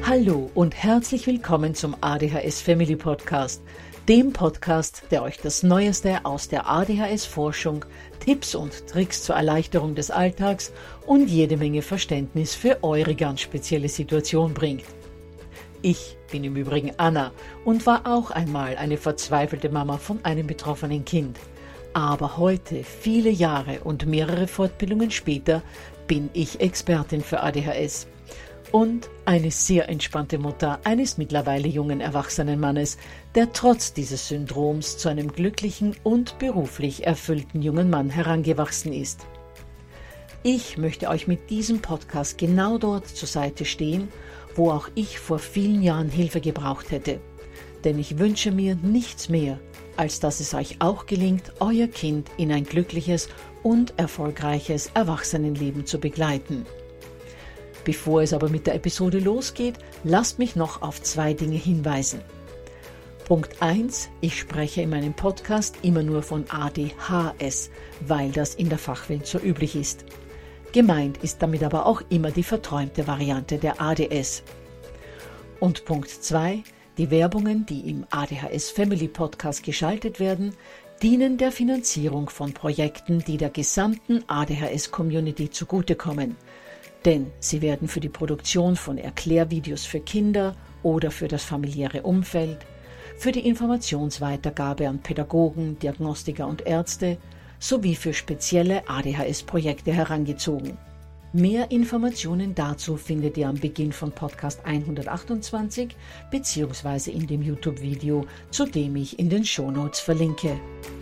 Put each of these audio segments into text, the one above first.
Hallo und herzlich willkommen zum ADHS Family Podcast, dem Podcast, der euch das Neueste aus der ADHS-Forschung, Tipps und Tricks zur Erleichterung des Alltags und jede Menge Verständnis für eure ganz spezielle Situation bringt. Ich bin im Übrigen Anna und war auch einmal eine verzweifelte Mama von einem betroffenen Kind. Aber heute, viele Jahre und mehrere Fortbildungen später, bin ich Expertin für ADHS. Und eine sehr entspannte Mutter eines mittlerweile jungen erwachsenen Mannes, der trotz dieses Syndroms zu einem glücklichen und beruflich erfüllten jungen Mann herangewachsen ist. Ich möchte euch mit diesem Podcast genau dort zur Seite stehen, wo auch ich vor vielen Jahren Hilfe gebraucht hätte. Denn ich wünsche mir nichts mehr, als dass es euch auch gelingt, euer Kind in ein glückliches und erfolgreiches Erwachsenenleben zu begleiten. Bevor es aber mit der Episode losgeht, lasst mich noch auf 2 Dinge hinweisen. Punkt 1. Ich spreche in meinem Podcast immer nur von ADHS, weil das in der Fachwelt so üblich ist. Gemeint ist damit aber auch immer die verträumte Variante der ADS. Und Punkt 2. Die Werbungen, die im ADHS Family Podcast geschaltet werden, dienen der Finanzierung von Projekten, die der gesamten ADHS-Community zugutekommen. Denn sie werden für die Produktion von Erklärvideos für Kinder oder für das familiäre Umfeld, für die Informationsweitergabe an Pädagogen, Diagnostiker und Ärzte sowie für spezielle ADHS-Projekte herangezogen. Mehr Informationen dazu findet ihr am Beginn von Podcast 128 bzw. in dem YouTube-Video, zu dem ich in den Shownotes verlinke.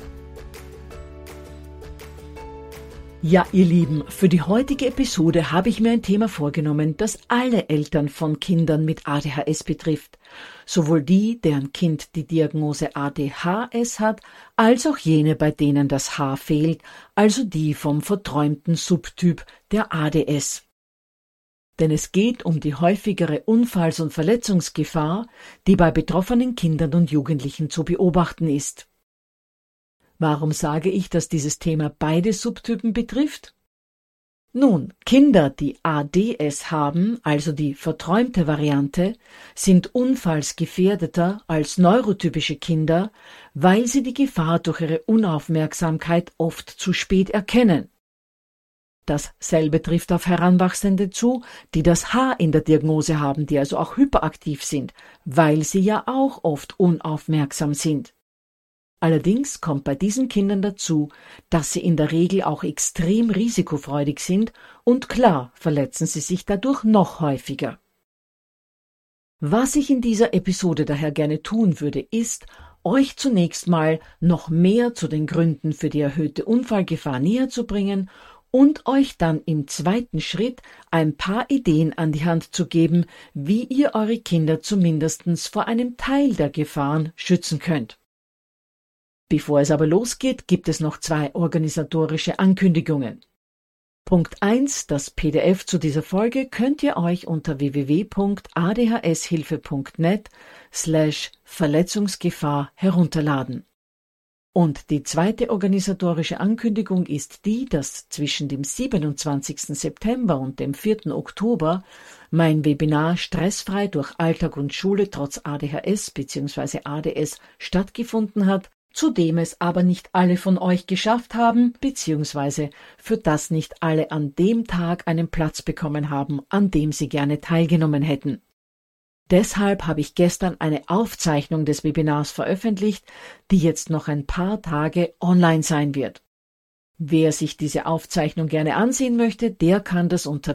Ja, ihr Lieben, für die heutige Episode habe ich mir ein Thema vorgenommen, das alle Eltern von Kindern mit ADHS betrifft. Sowohl die, deren Kind die Diagnose ADHS hat, als auch jene, bei denen das H fehlt, also die vom verträumten Subtyp der ADS. Denn es geht um die häufigere Unfalls- und Verletzungsgefahr, die bei betroffenen Kindern und Jugendlichen zu beobachten ist. Warum sage ich, dass dieses Thema beide Subtypen betrifft? Nun, Kinder, die ADS haben, also die verträumte Variante, sind unfallsgefährdeter als neurotypische Kinder, weil sie die Gefahr durch ihre Unaufmerksamkeit oft zu spät erkennen. Dasselbe trifft auf Heranwachsende zu, die das H in der Diagnose haben, die also auch hyperaktiv sind, weil sie ja auch oft unaufmerksam sind. Allerdings kommt bei diesen Kindern dazu, dass sie in der Regel auch extrem risikofreudig sind und klar verletzen sie sich dadurch noch häufiger. Was ich in dieser Episode daher gerne tun würde, ist, euch zunächst mal noch mehr zu den Gründen für die erhöhte Unfallgefahr näher zu bringen und euch dann im zweiten Schritt ein paar Ideen an die Hand zu geben, wie ihr eure Kinder zumindest vor einem Teil der Gefahren schützen könnt. Bevor es aber losgeht, gibt es noch 2 organisatorische Ankündigungen. Punkt 1, das PDF zu dieser Folge könnt ihr euch unter www.adhshilfe.net/Verletzungsgefahr herunterladen. Und die zweite organisatorische Ankündigung ist die, dass zwischen dem 27. September und dem 4. Oktober mein Webinar Stressfrei durch Alltag und Schule trotz ADHS bzw. ADS stattgefunden hat, zu dem es aber nicht alle von euch geschafft haben, beziehungsweise für das nicht alle an dem Tag einen Platz bekommen haben, an dem sie gerne teilgenommen hätten. Deshalb habe ich gestern eine Aufzeichnung des Webinars veröffentlicht, die jetzt noch ein paar Tage online sein wird. Wer sich diese Aufzeichnung gerne ansehen möchte, der kann das unter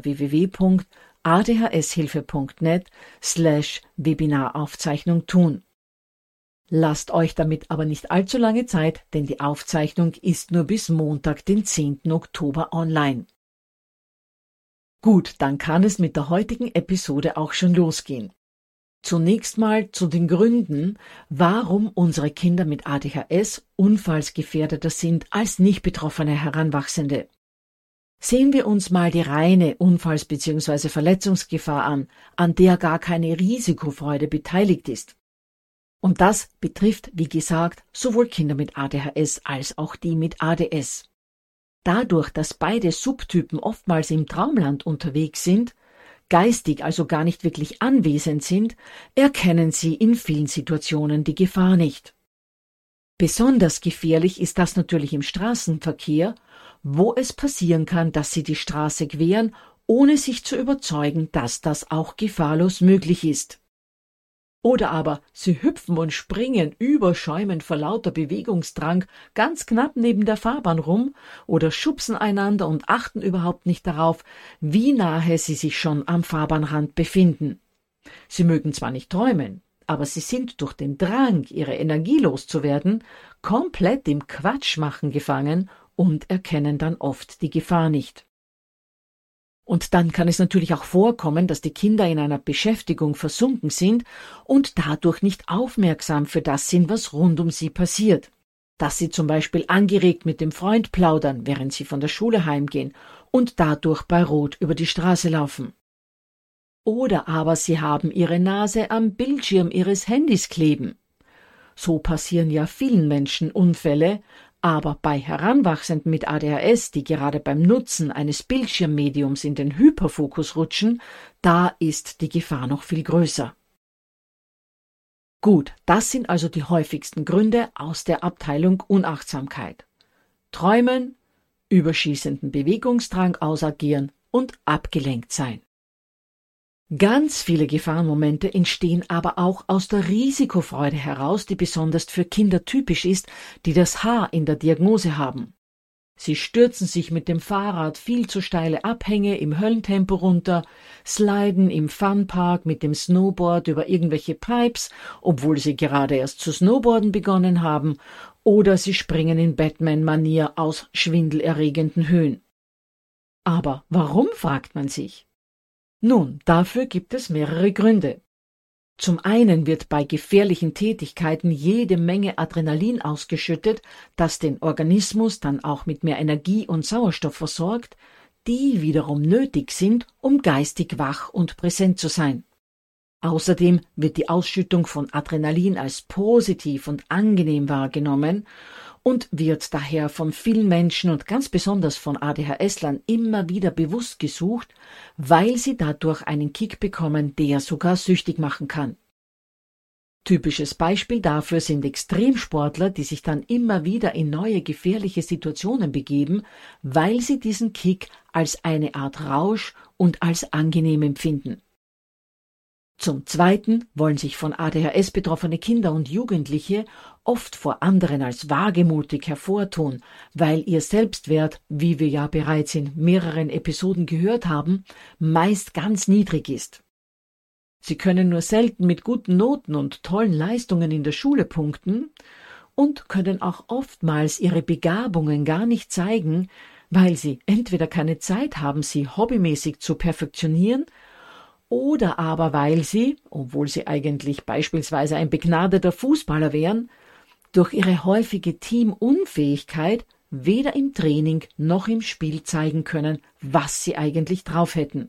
www.adhshilfe.net/Webinaraufzeichnung tun. Lasst euch damit aber nicht allzu lange Zeit, denn die Aufzeichnung ist nur bis Montag, den 10. Oktober online. Gut, dann kann es mit der heutigen Episode auch schon losgehen. Zunächst mal zu den Gründen, warum unsere Kinder mit ADHS unfallsgefährdeter sind als nicht betroffene Heranwachsende. Sehen wir uns mal die reine Unfalls- bzw. Verletzungsgefahr an der gar keine Risikofreude beteiligt ist. Und das betrifft, wie gesagt, sowohl Kinder mit ADHS als auch die mit ADS. Dadurch, dass beide Subtypen oftmals im Traumland unterwegs sind, geistig also gar nicht wirklich anwesend sind, erkennen sie in vielen Situationen die Gefahr nicht. Besonders gefährlich ist das natürlich im Straßenverkehr, wo es passieren kann, dass sie die Straße queren, ohne sich zu überzeugen, dass das auch gefahrlos möglich ist. Oder aber sie hüpfen und springen überschäumend vor lauter Bewegungsdrang ganz knapp neben der Fahrbahn rum oder schubsen einander und achten überhaupt nicht darauf, wie nahe sie sich schon am Fahrbahnrand befinden. Sie mögen zwar nicht träumen, aber sie sind durch den Drang, ihre Energie loszuwerden, komplett im Quatschmachen gefangen und erkennen dann oft die Gefahr nicht. Und dann kann es natürlich auch vorkommen, dass die Kinder in einer Beschäftigung versunken sind und dadurch nicht aufmerksam für das sind, was rund um sie passiert. Dass sie zum Beispiel angeregt mit dem Freund plaudern, während sie von der Schule heimgehen und dadurch bei Rot über die Straße laufen. Oder aber sie haben ihre Nase am Bildschirm ihres Handys kleben. So passieren ja vielen Menschen Unfälle, aber bei Heranwachsenden mit ADHS, die gerade beim Nutzen eines Bildschirmmediums in den Hyperfokus rutschen, da ist die Gefahr noch viel größer. Gut, das sind also die häufigsten Gründe aus der Abteilung Unachtsamkeit. Träumen, überschießenden Bewegungsdrang ausagieren und abgelenkt sein. Ganz viele Gefahrenmomente entstehen aber auch aus der Risikofreude heraus, die besonders für Kinder typisch ist, die das H in der Diagnose haben. Sie stürzen sich mit dem Fahrrad viel zu steile Abhänge im Höllentempo runter, sliden im Funpark mit dem Snowboard über irgendwelche Pipes, obwohl sie gerade erst zu snowboarden begonnen haben, oder sie springen in Batman-Manier aus schwindelerregenden Höhen. Aber warum, fragt man sich? Nun, dafür gibt es mehrere Gründe. Zum einen wird bei gefährlichen Tätigkeiten jede Menge Adrenalin ausgeschüttet, das den Organismus dann auch mit mehr Energie und Sauerstoff versorgt, die wiederum nötig sind, um geistig wach und präsent zu sein. Außerdem wird die Ausschüttung von Adrenalin als positiv und angenehm wahrgenommen und wird daher von vielen Menschen und ganz besonders von ADHS-Lern immer wieder bewusst gesucht, weil sie dadurch einen Kick bekommen, der sogar süchtig machen kann. Typisches Beispiel dafür sind Extremsportler, die sich dann immer wieder in neue gefährliche Situationen begeben, weil sie diesen Kick als eine Art Rausch und als angenehm empfinden. Zum Zweiten wollen sich von ADHS betroffene Kinder und Jugendliche oft vor anderen als wagemutig hervortun, weil ihr Selbstwert, wie wir ja bereits in mehreren Episoden gehört haben, meist ganz niedrig ist. Sie können nur selten mit guten Noten und tollen Leistungen in der Schule punkten und können auch oftmals ihre Begabungen gar nicht zeigen, weil sie entweder keine Zeit haben, sie hobbymäßig zu perfektionieren, oder aber weil sie, obwohl sie eigentlich beispielsweise ein begnadeter Fußballer wären, durch ihre häufige Teamunfähigkeit weder im Training noch im Spiel zeigen können, was sie eigentlich drauf hätten.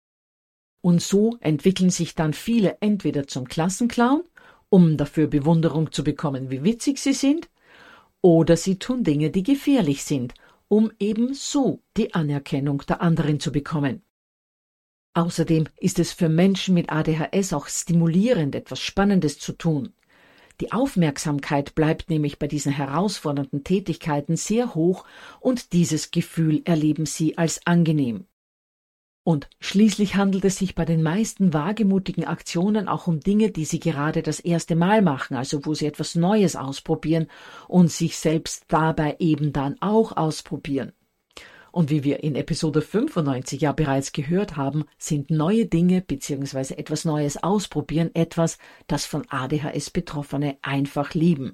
Und so entwickeln sich dann viele entweder zum Klassenclown, um dafür Bewunderung zu bekommen, wie witzig sie sind, oder sie tun Dinge, die gefährlich sind, um eben so die Anerkennung der anderen zu bekommen. Außerdem ist es für Menschen mit ADHS auch stimulierend, etwas Spannendes zu tun. Die Aufmerksamkeit bleibt nämlich bei diesen herausfordernden Tätigkeiten sehr hoch und dieses Gefühl erleben sie als angenehm. Und schließlich handelt es sich bei den meisten wagemutigen Aktionen auch um Dinge, die sie gerade das erste Mal machen, also wo sie etwas Neues ausprobieren und sich selbst dabei eben dann auch ausprobieren. Und wie wir in Episode 95 ja bereits gehört haben, sind neue Dinge bzw. etwas Neues ausprobieren etwas, das von ADHS-Betroffene einfach lieben.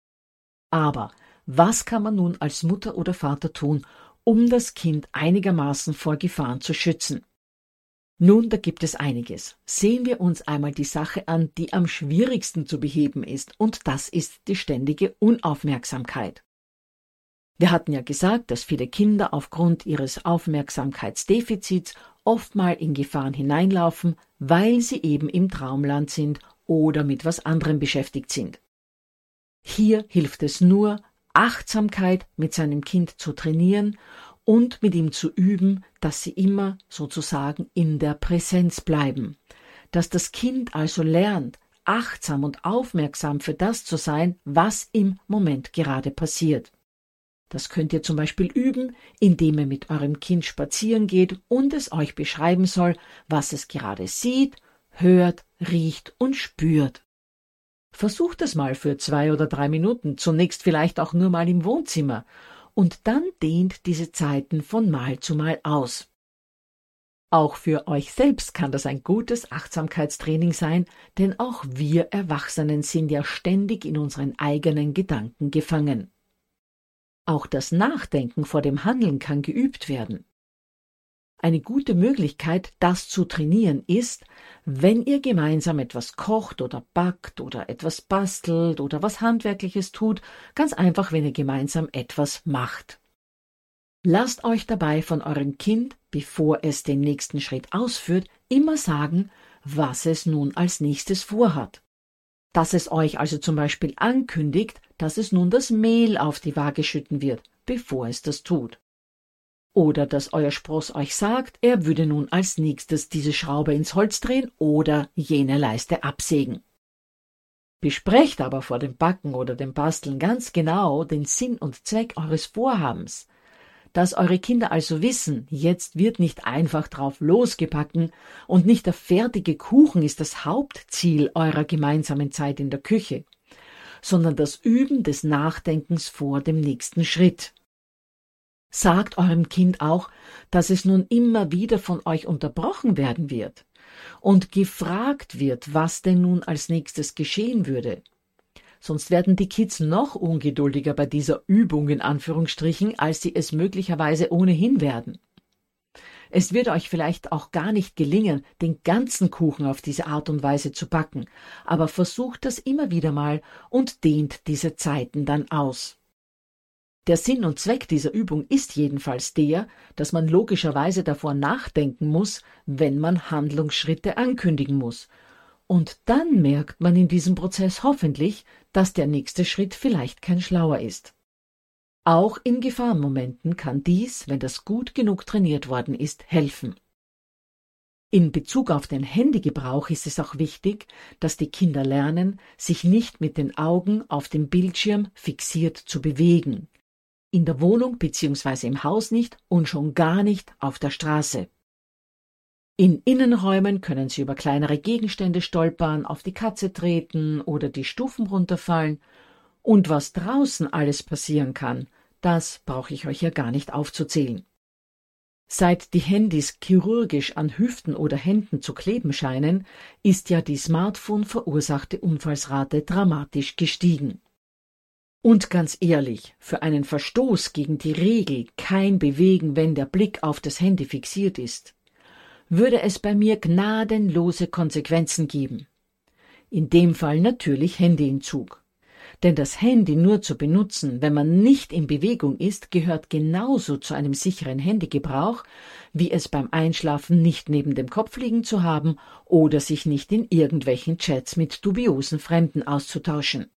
Aber was kann man nun als Mutter oder Vater tun, um das Kind einigermaßen vor Gefahren zu schützen? Nun, da gibt es einiges. Sehen wir uns einmal die Sache an, die am schwierigsten zu beheben ist, und das ist die ständige Unaufmerksamkeit. Wir hatten ja gesagt, dass viele Kinder aufgrund ihres Aufmerksamkeitsdefizits oft mal in Gefahren hineinlaufen, weil sie eben im Traumland sind oder mit was anderem beschäftigt sind. Hier hilft es nur, Achtsamkeit mit seinem Kind zu trainieren und mit ihm zu üben, dass sie immer sozusagen in der Präsenz bleiben, dass das Kind also lernt, achtsam und aufmerksam für das zu sein, was im Moment gerade passiert. Das könnt ihr zum Beispiel üben, indem ihr mit eurem Kind spazieren geht und es euch beschreiben soll, was es gerade sieht, hört, riecht und spürt. Versucht es mal für 2 oder 3 Minuten, zunächst vielleicht auch nur mal im Wohnzimmer, und dann dehnt diese Zeiten von Mal zu Mal aus. Auch für euch selbst kann das ein gutes Achtsamkeitstraining sein, denn auch wir Erwachsenen sind ja ständig in unseren eigenen Gedanken gefangen. Auch das Nachdenken vor dem Handeln kann geübt werden. Eine gute Möglichkeit, das zu trainieren, ist, wenn ihr gemeinsam etwas kocht oder backt oder etwas bastelt oder was Handwerkliches tut, ganz einfach, wenn ihr gemeinsam etwas macht. Lasst euch dabei von eurem Kind, bevor es den nächsten Schritt ausführt, immer sagen, was es nun als nächstes vorhat. Dass es euch also zum Beispiel ankündigt, dass es nun das Mehl auf die Waage schütten wird, bevor es das tut. Oder dass euer Spross euch sagt, er würde nun als nächstes diese Schraube ins Holz drehen oder jene Leiste absägen. Besprecht aber vor dem Backen oder dem Basteln ganz genau den Sinn und Zweck eures Vorhabens. Dass eure Kinder also wissen, jetzt wird nicht einfach drauf losgebacken und nicht der fertige Kuchen ist das Hauptziel eurer gemeinsamen Zeit in der Küche, sondern das Üben des Nachdenkens vor dem nächsten Schritt. Sagt eurem Kind auch, dass es nun immer wieder von euch unterbrochen werden wird und gefragt wird, was denn nun als nächstes geschehen würde. Sonst werden die Kids noch ungeduldiger bei dieser Übung in Anführungsstrichen, als sie es möglicherweise ohnehin werden. Es wird euch vielleicht auch gar nicht gelingen, den ganzen Kuchen auf diese Art und Weise zu backen, aber versucht das immer wieder mal und dehnt diese Zeiten dann aus. Der Sinn und Zweck dieser Übung ist jedenfalls der, dass man logischerweise davor nachdenken muss, wenn man Handlungsschritte ankündigen muss. Und dann merkt man in diesem Prozess hoffentlich, dass der nächste Schritt vielleicht kein schlauer ist. Auch in Gefahrenmomenten kann dies, wenn das gut genug trainiert worden ist, helfen. In Bezug auf den Handygebrauch ist es auch wichtig, dass die Kinder lernen, sich nicht mit den Augen auf dem Bildschirm fixiert zu bewegen. In der Wohnung bzw. im Haus nicht und schon gar nicht auf der Straße. In Innenräumen können sie über kleinere Gegenstände stolpern, auf die Katze treten oder die Stufen runterfallen. Und was draußen alles passieren kann, das brauche ich euch ja gar nicht aufzuzählen. Seit die Handys chirurgisch an Hüften oder Händen zu kleben scheinen, ist ja die Smartphone verursachte Unfallsrate dramatisch gestiegen. Und ganz ehrlich, für einen Verstoß gegen die Regel kein Bewegen, wenn der Blick auf das Handy fixiert ist, würde es bei mir gnadenlose Konsequenzen geben. In dem Fall natürlich Handyentzug. Denn das Handy nur zu benutzen, wenn man nicht in Bewegung ist, gehört genauso zu einem sicheren Handygebrauch, wie es beim Einschlafen nicht neben dem Kopf liegen zu haben oder sich nicht in irgendwelchen Chats mit dubiosen Fremden auszutauschen.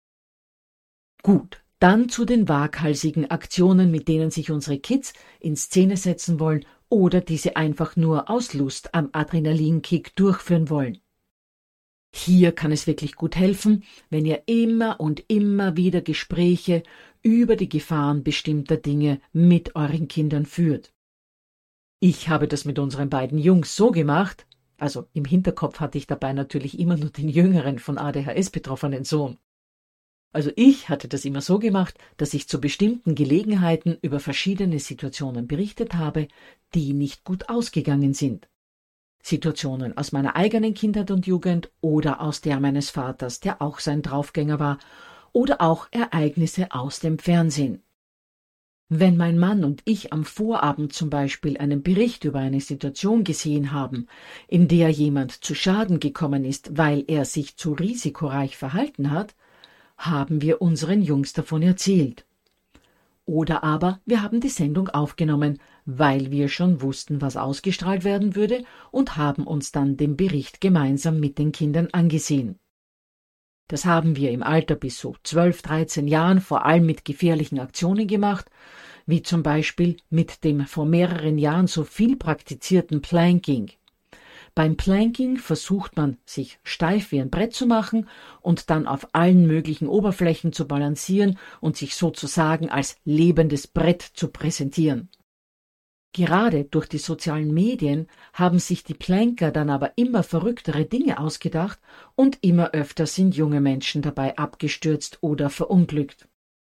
Gut, dann zu den waghalsigen Aktionen, mit denen sich unsere Kids in Szene setzen wollen oder die sie einfach nur aus Lust am Adrenalinkick durchführen wollen. Hier kann es wirklich gut helfen, wenn ihr immer und immer wieder Gespräche über die Gefahren bestimmter Dinge mit euren Kindern führt. Ich habe das mit unseren beiden Jungs so gemacht, also im Hinterkopf hatte ich dabei natürlich immer nur den jüngeren von ADHS betroffenen Sohn. Also ich hatte das immer so gemacht, dass ich zu bestimmten Gelegenheiten über verschiedene Situationen berichtet habe, die nicht gut ausgegangen sind. Situationen aus meiner eigenen Kindheit und Jugend oder aus der meines Vaters, der auch sein Draufgänger war, oder auch Ereignisse aus dem Fernsehen. Wenn mein Mann und ich am Vorabend zum Beispiel einen Bericht über eine Situation gesehen haben, in der jemand zu Schaden gekommen ist, weil er sich zu risikoreich verhalten hat, haben wir unseren Jungs davon erzählt. Oder aber wir haben die Sendung aufgenommen, weil wir schon wussten, was ausgestrahlt werden würde und haben uns dann den Bericht gemeinsam mit den Kindern angesehen. Das haben wir im Alter bis so 12, 13 Jahren vor allem mit gefährlichen Aktionen gemacht, wie zum Beispiel mit dem vor mehreren Jahren so viel praktizierten Planking. Beim Planking versucht man, sich steif wie ein Brett zu machen und dann auf allen möglichen Oberflächen zu balancieren und sich sozusagen als lebendes Brett zu präsentieren. Gerade durch die sozialen Medien haben sich die Planker dann aber immer verrücktere Dinge ausgedacht und immer öfter sind junge Menschen dabei abgestürzt oder verunglückt.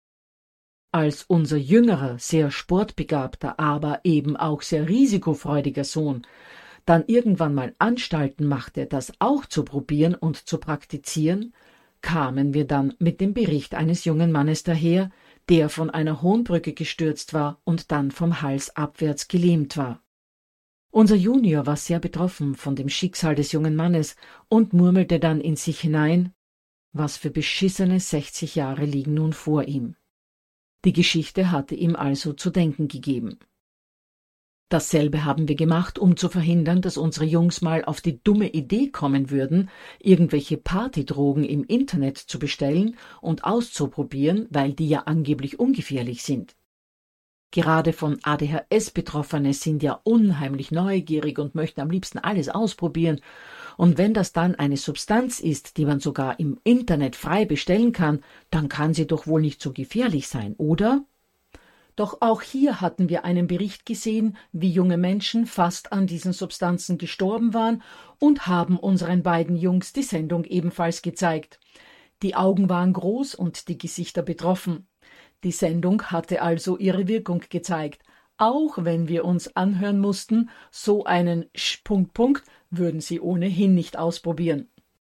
Als unser jüngerer, sehr sportbegabter, aber eben auch sehr risikofreudiger Sohn dann irgendwann mal Anstalten machte, das auch zu probieren und zu praktizieren, kamen wir dann mit dem Bericht eines jungen Mannes daher, der von einer hohen Brücke gestürzt war und dann vom Hals abwärts gelähmt war. Unser Junior war sehr betroffen von dem Schicksal des jungen Mannes und murmelte dann in sich hinein, was für beschissene 60 Jahre liegen nun vor ihm. Die Geschichte hatte ihm also zu denken gegeben. Dasselbe haben wir gemacht, um zu verhindern, dass unsere Jungs mal auf die dumme Idee kommen würden, irgendwelche Partydrogen im Internet zu bestellen und auszuprobieren, weil die ja angeblich ungefährlich sind. Gerade von ADHS-Betroffene sind ja unheimlich neugierig und möchten am liebsten alles ausprobieren. Und wenn das dann eine Substanz ist, die man sogar im Internet frei bestellen kann, dann kann sie doch wohl nicht so gefährlich sein, oder? Doch auch hier hatten wir einen Bericht gesehen, wie junge Menschen fast an diesen Substanzen gestorben waren und haben unseren beiden Jungs die Sendung ebenfalls gezeigt. Die Augen waren groß und die Gesichter betroffen. Die Sendung hatte also ihre Wirkung gezeigt, auch wenn wir uns anhören mussten, so einen würden sie ohnehin nicht ausprobieren.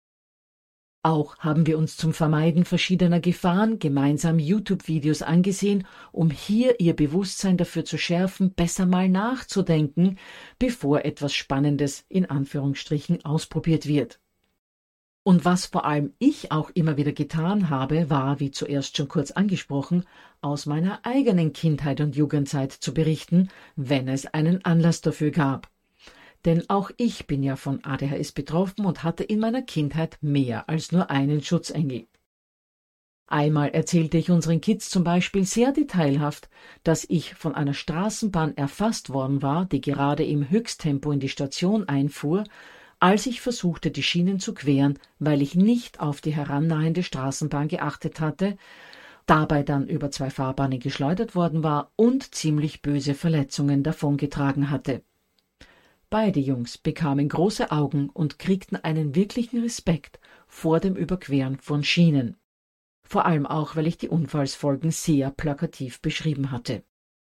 Auch haben wir uns zum Vermeiden verschiedener Gefahren gemeinsam YouTube-Videos angesehen, um hier ihr Bewusstsein dafür zu schärfen, besser mal nachzudenken, bevor etwas Spannendes in Anführungsstrichen ausprobiert wird. Und was vor allem ich auch immer wieder getan habe, war, wie zuerst schon kurz angesprochen, aus meiner eigenen Kindheit und Jugendzeit zu berichten, wenn es einen Anlass dafür gab. Denn auch ich bin ja von ADHS betroffen und hatte in meiner Kindheit mehr als nur einen Schutzengel. Einmal erzählte ich unseren Kids zum Beispiel sehr detailhaft, dass ich von einer Straßenbahn erfasst worden war, die gerade im Höchsttempo in die Station einfuhr, als ich versuchte, die Schienen zu queren, weil ich nicht auf die herannahende Straßenbahn geachtet hatte, dabei dann über 2 Fahrbahnen geschleudert worden war und ziemlich böse Verletzungen davongetragen hatte. Beide Jungs bekamen große Augen und kriegten einen wirklichen Respekt vor dem Überqueren von Schienen. Vor allem auch, weil ich die Unfallsfolgen sehr plakativ beschrieben hatte.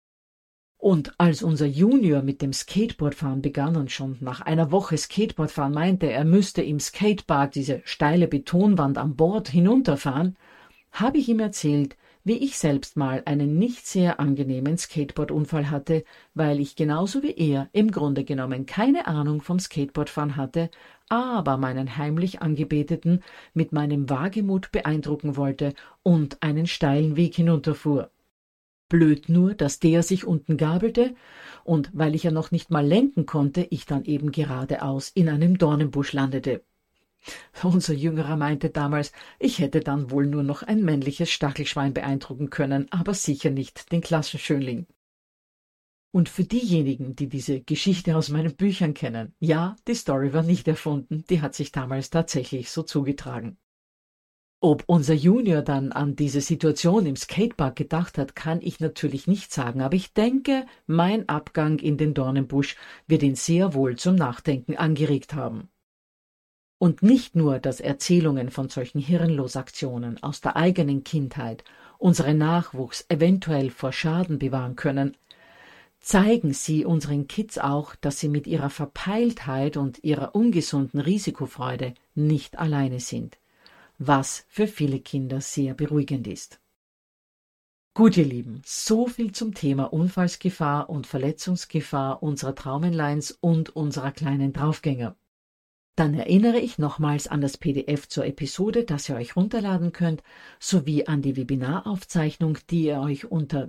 Und als unser Junior mit dem Skateboardfahren begann und schon nach einer Woche Skateboardfahren meinte, er müsste im Skatepark diese steile Betonwand am Board hinunterfahren, habe ich ihm erzählt, wie ich selbst mal einen nicht sehr angenehmen Skateboardunfall hatte, weil ich genauso wie er im Grunde genommen keine Ahnung vom Skateboardfahren hatte, aber meinen heimlich Angebeteten mit meinem Wagemut beeindrucken wollte und einen steilen Weg hinunterfuhr. Blöd nur, dass der sich unten gabelte und weil ich ja noch nicht mal lenken konnte, ich dann eben geradeaus in einem Dornenbusch landete. Unser Jüngerer meinte damals, ich hätte dann wohl nur noch ein männliches Stachelschwein beeindrucken können, aber sicher nicht den Klassenschönling. Und für diejenigen, die diese Geschichte aus meinen Büchern kennen, ja, die Story war nicht erfunden, die hat sich damals tatsächlich so zugetragen. Ob unser Junior dann an diese Situation im Skatepark gedacht hat, kann ich natürlich nicht sagen, aber ich denke, mein Abgang in den Dornenbusch wird ihn sehr wohl zum Nachdenken angeregt haben. Und nicht nur, dass Erzählungen von solchen Hirnlosaktionen aus der eigenen Kindheit unseren Nachwuchs eventuell vor Schaden bewahren können, zeigen sie unseren Kids auch, dass sie mit ihrer Verpeiltheit und ihrer ungesunden Risikofreude nicht alleine sind, was für viele Kinder sehr beruhigend ist. Gut, ihr Lieben, so viel zum Thema Unfallsgefahr und Verletzungsgefahr unserer Traumenlines und unserer kleinen Draufgänger. Dann erinnere ich nochmals an das PDF zur Episode, das ihr euch runterladen könnt, sowie an die Webinaraufzeichnung, die ihr euch unter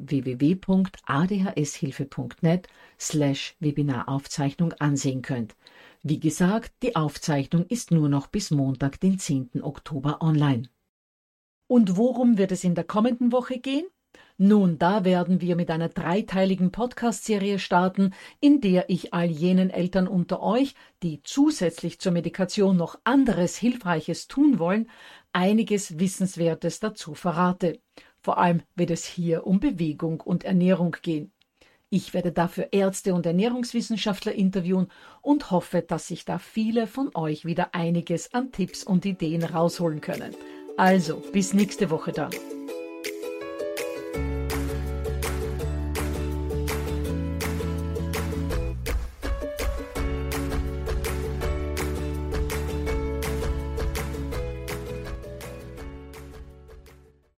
www.adhshilfe.net/Webinaraufzeichnung ansehen könnt. Wie gesagt, die Aufzeichnung ist nur noch bis Montag, den 10. Oktober online. Und worum wird es in der kommenden Woche gehen? Nun, da werden wir mit einer 3-teiligen Podcast-Serie starten, in der ich all jenen Eltern unter euch, die zusätzlich zur Medikation noch anderes Hilfreiches tun wollen, einiges Wissenswertes dazu verrate. Vor allem wird es hier um Bewegung und Ernährung gehen. Ich werde dafür Ärzte und Ernährungswissenschaftler interviewen und hoffe, dass sich da viele von euch wieder einiges an Tipps und Ideen rausholen können. Also, bis nächste Woche dann.